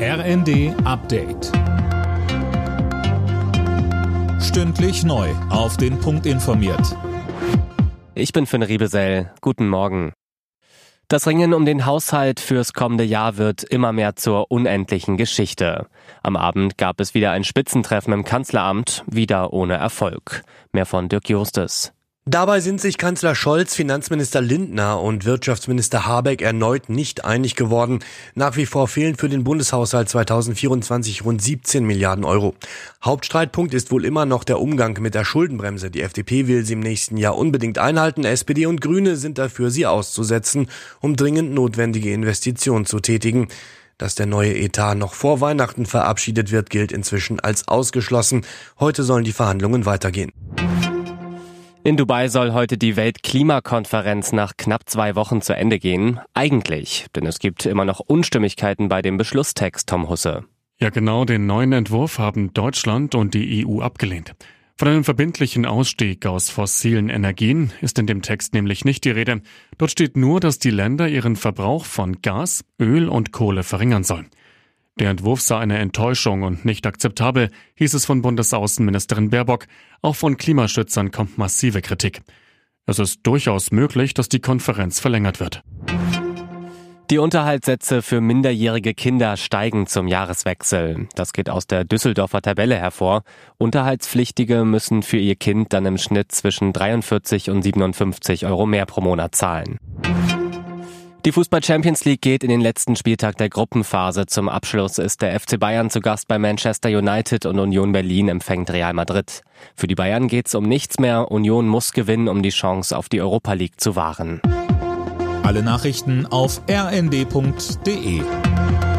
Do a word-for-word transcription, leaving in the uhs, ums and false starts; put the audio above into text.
R N D Update. Stündlich neu auf den Punkt informiert. Ich bin Finn Riebesell. Guten Morgen. Das Ringen um den Haushalt fürs kommende Jahr wird immer mehr zur unendlichen Geschichte. Am Abend gab es wieder ein Spitzentreffen im Kanzleramt, wieder ohne Erfolg. Mehr von Dirk Justus. Dabei sind sich Kanzler Scholz, Finanzminister Lindner und Wirtschaftsminister Habeck erneut nicht einig geworden. Nach wie vor fehlen für den Bundeshaushalt zweitausendvierundzwanzig rund siebzehn Milliarden Euro. Hauptstreitpunkt ist wohl immer noch der Umgang mit der Schuldenbremse. Die F D P will sie im nächsten Jahr unbedingt einhalten. S P D und Grüne sind dafür, sie auszusetzen, um dringend notwendige Investitionen zu tätigen. Dass der neue Etat noch vor Weihnachten verabschiedet wird, gilt inzwischen als ausgeschlossen. Heute sollen die Verhandlungen weitergehen. In Dubai soll heute die Weltklimakonferenz nach knapp zwei Wochen zu Ende gehen. Eigentlich, denn es gibt immer noch Unstimmigkeiten bei dem Beschlusstext, Tom Husse. Ja genau, den neuen Entwurf haben Deutschland und die E U abgelehnt. Von einem verbindlichen Ausstieg aus fossilen Energien ist in dem Text nämlich nicht die Rede. Dort steht nur, dass die Länder ihren Verbrauch von Gas, Öl und Kohle verringern sollen. Der Entwurf sei eine Enttäuschung und nicht akzeptabel, hieß es von Bundesaußenministerin Baerbock. Auch von Klimaschützern kommt massive Kritik. Es ist durchaus möglich, dass die Konferenz verlängert wird. Die Unterhaltssätze für minderjährige Kinder steigen zum Jahreswechsel. Das geht aus der Düsseldorfer Tabelle hervor. Unterhaltspflichtige müssen für ihr Kind dann im Schnitt zwischen dreiundvierzig und siebenundfünfzig Euro mehr pro Monat zahlen. Die Fußball-Champions League geht in den letzten Spieltag der Gruppenphase. Zum Abschluss ist der F C Bayern zu Gast bei Manchester United und Union Berlin empfängt Real Madrid. Für die Bayern geht's um nichts mehr. Union muss gewinnen, um die Chance auf die Europa League zu wahren. Alle Nachrichten auf r n d punkt d e.